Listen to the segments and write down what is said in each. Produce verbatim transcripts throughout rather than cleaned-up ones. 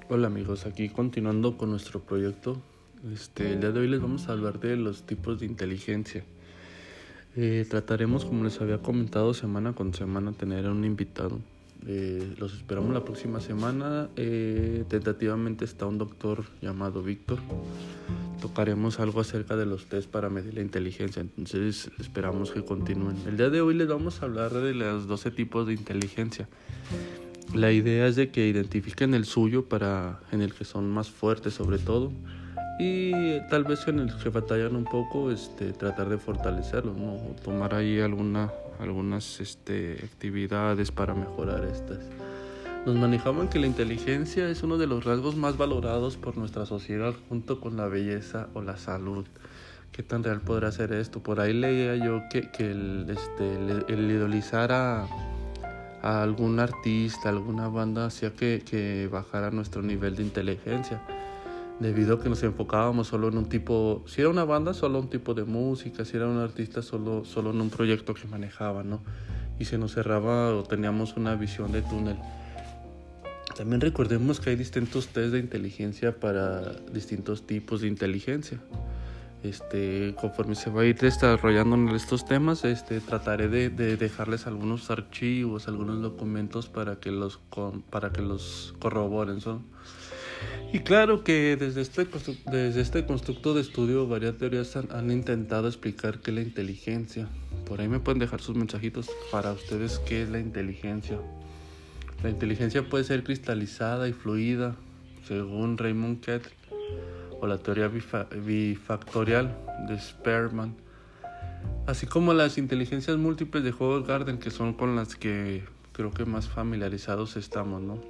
Hola amigos, aquí continuando con nuestro proyecto. Este, el día de hoy les vamos a hablar de los tipos de inteligencia. Eh, trataremos, como les había comentado, semana con semana tener a un invitado. Eh, los esperamos la próxima semana. Eh, tentativamente está un doctor llamado Víctor. Tocaremos algo acerca de los test para medir la inteligencia, entonces esperamos que continúen. El día de hoy les vamos a hablar de los doce tipos de inteligencia. La idea es de que identifiquen el suyo para en el que son más fuertes sobre todo, y tal vez en el que batallan un poco, este, tratar de fortalecerlo, ¿no? O tomar ahí alguna, algunas este, actividades para mejorar estas. Nos manejaban que la inteligencia es uno de los rasgos más valorados por nuestra sociedad junto con la belleza o la salud. ¿Qué tan real podrá ser esto? Por ahí leía yo que, que el, este, el, el idolizar a, a algún artista, alguna banda hacía que, que bajara nuestro nivel de inteligencia, debido a que nos enfocábamos solo en un tipo, si era una banda, solo un tipo de música, si era un artista, solo, solo en un proyecto que manejaba, ¿no? Y se nos cerraba o teníamos una visión de túnel. También recordemos que hay distintos test de inteligencia para distintos tipos de inteligencia. Este, conforme se va a ir desarrollando en estos temas, este, trataré de, de dejarles algunos archivos, algunos documentos para que los, con, para que los corroboren, ¿no? Y claro que desde este, desde este constructo de estudio varias teorías han, han intentado explicar qué es la inteligencia. Por ahí me pueden dejar sus mensajitos para ustedes qué es la inteligencia. La inteligencia puede ser cristalizada y fluida, según Raymond Kettle, o la teoría bifa- bifactorial de Spearman, así como las inteligencias múltiples de Howard Gardner, que son con las que creo que más familiarizados estamos, ¿no?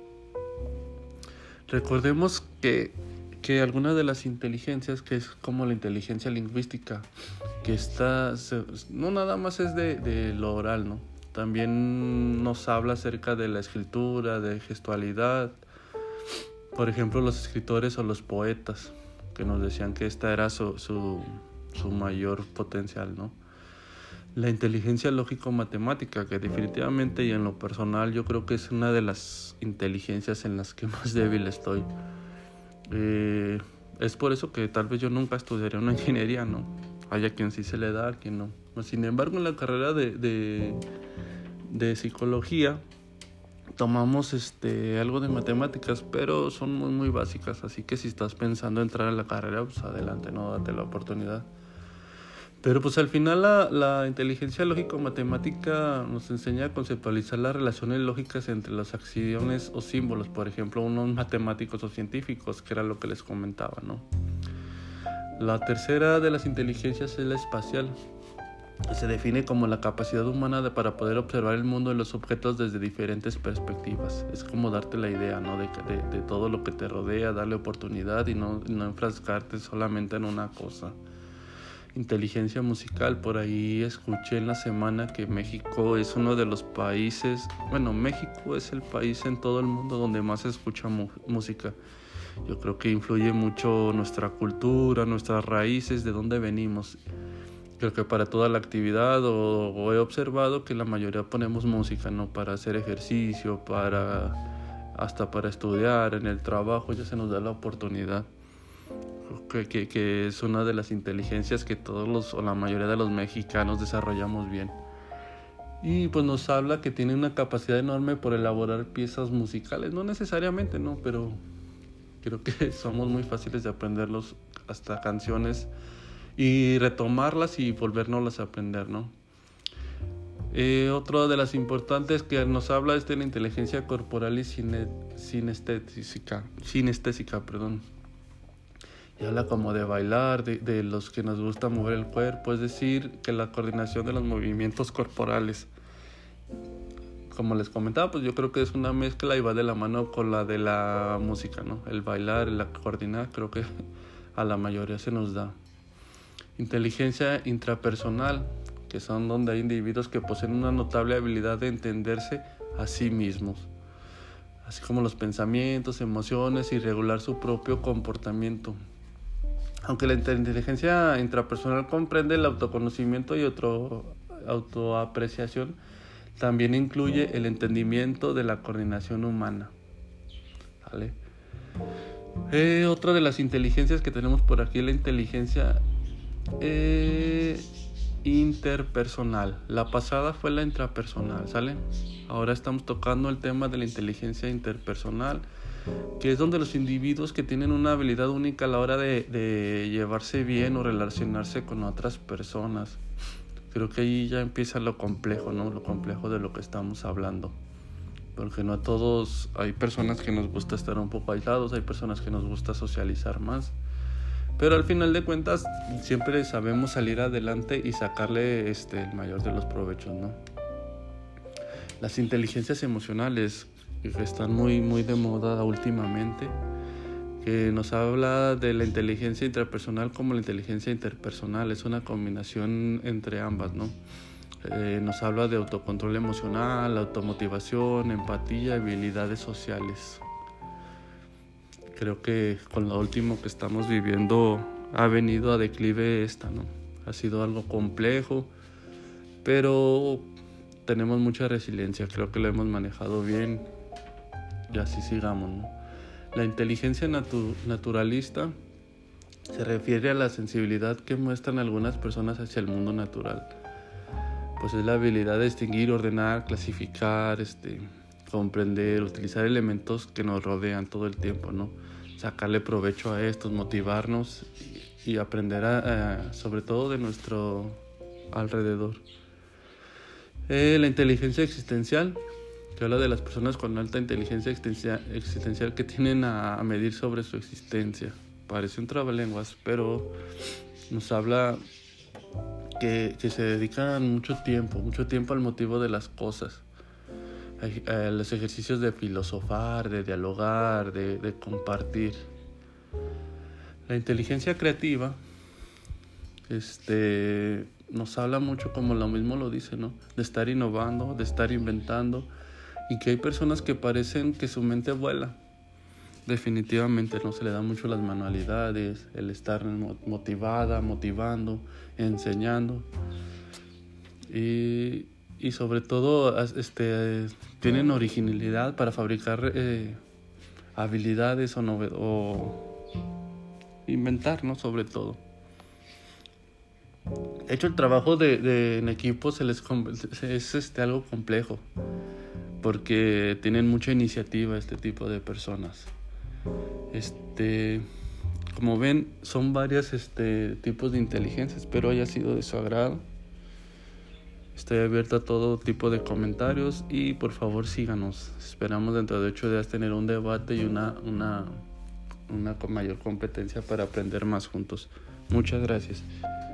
Recordemos que, que algunas de las inteligencias, que es como la inteligencia lingüística, que está, no nada más es de, de lo oral, ¿no? También nos habla acerca de la escritura, de gestualidad. Por ejemplo, los escritores o los poetas, que nos decían que esta era su, su, su mayor potencial, ¿no? La inteligencia lógico-matemática, que definitivamente y en lo personal yo creo que es una de las inteligencias en las que más débil estoy. Eh, es por eso que tal vez yo nunca estudiaré una ingeniería, ¿no? Hay a quien sí se le da, a quien no. Sin embargo, en la carrera de, de, de psicología tomamos este, algo de matemáticas, pero son muy muy básicas, así que si estás pensando entrar a la carrera, pues adelante, no, date la oportunidad. Pero pues al final la, la inteligencia lógico-matemática nos enseña a conceptualizar las relaciones lógicas entre los axiomas o símbolos, por ejemplo, unos matemáticos o científicos, que era lo que les comentaba, ¿no? La tercera de las inteligencias es la espacial. Se define como la capacidad humana de, para poder observar el mundo y los objetos desde diferentes perspectivas. Es como darte la idea, ¿no? de, de, de todo lo que te rodea, darle oportunidad y no, no enfrascarte solamente en una cosa. Inteligencia musical, por ahí escuché en la semana que México es uno de los países, bueno, México es el país en todo el mundo donde más se escucha mu- música. Yo creo que influye mucho nuestra cultura, nuestras raíces, de dónde venimos. Creo que para toda la actividad o, o he observado que la mayoría ponemos música, ¿no? Para hacer ejercicio, para hasta para estudiar, en el trabajo ya se nos da la oportunidad. Que, que, que es una de las inteligencias que todos los o la mayoría de los mexicanos desarrollamos bien. Y pues nos habla que tiene una capacidad enorme por elaborar piezas musicales, no necesariamente, ¿no? Pero creo que somos muy fáciles de aprenderlos, hasta canciones, y retomarlas y volvernoslas a aprender, ¿no? Eh, otra de las importantes que nos habla es de la inteligencia corporal y cine, sinestésica, sinestésica, perdón. Y habla como de bailar, de, de los que nos gusta mover el cuerpo, es decir, que la coordinación de los movimientos corporales. Como les comentaba, pues yo creo que es una mezcla y va de la mano con la de la música, ¿no? El bailar, el coordinar, creo que a la mayoría se nos da. Inteligencia intrapersonal, que son donde hay individuos que poseen una notable habilidad de entenderse a sí mismos, así como los pensamientos, emociones y regular su propio comportamiento. Aunque la inteligencia intrapersonal comprende el autoconocimiento y otro, autoapreciación, también incluye el entendimiento de la coordinación humana, ¿vale? Eh, otra de las inteligencias que tenemos por aquí es la inteligencia eh, interpersonal. La pasada fue la intrapersonal, ¿sale? Ahora estamos tocando el tema de la inteligencia interpersonal, que es donde los individuos que tienen una habilidad única a la hora de, de llevarse bien o relacionarse con otras personas. Creo que ahí ya empieza lo complejo, ¿no? Lo complejo de lo que estamos hablando. Porque no a todos, hay personas que nos gusta estar un poco aislados, hay personas que nos gusta socializar más. Pero al final de cuentas siempre sabemos salir adelante y sacarle este, el mayor de los provechos, ¿no? Las inteligencias emocionales que están muy, muy de moda últimamente, que nos habla de la inteligencia intrapersonal como la inteligencia interpersonal, es una combinación entre ambas, ¿no? Eh, nos habla de autocontrol emocional, automotivación, empatía, habilidades sociales. Creo que con lo último que estamos viviendo ha venido a declive esta, ¿no? Ha sido algo complejo, pero tenemos mucha resiliencia, creo que lo hemos manejado bien y así sigamos, ¿no? La inteligencia natu- naturalista se refiere a la sensibilidad que muestran algunas personas hacia el mundo natural. Pues es la habilidad de distinguir, ordenar, clasificar, este, comprender, utilizar elementos que nos rodean todo el tiempo, ¿no? Sacarle provecho a estos, motivarnos y, y aprender a, a, sobre todo de nuestro alrededor. Eh, la inteligencia existencial, que habla de las personas con alta inteligencia existencial, existencial que tienden a, a medir sobre su existencia. Parece un trabalenguas, pero nos habla que, que se dedican mucho tiempo, mucho tiempo al motivo de las cosas. A, a los ejercicios de filosofar, de dialogar, de, de compartir. La inteligencia creativa este, nos habla mucho, como lo mismo lo dice, ¿no? De estar innovando, de estar inventando, y que hay personas que parecen que su mente vuela. Definitivamente no se le dan mucho las manualidades, el estar motivada, motivando, enseñando y, y sobre todo este, tienen originalidad para fabricar eh, habilidades o, noved- o inventar, ¿no? Sobre todo. De hecho, el trabajo de, de en equipo se les es este, algo complejo, porque tienen mucha iniciativa este tipo de personas. Este, como ven, son varios este, tipos de inteligencia. Espero haya sido de su agrado. Estoy abierto a todo tipo de comentarios y por favor síganos. Esperamos dentro de ocho días tener un debate y una, una, una mayor competencia para aprender más juntos. Muchas gracias.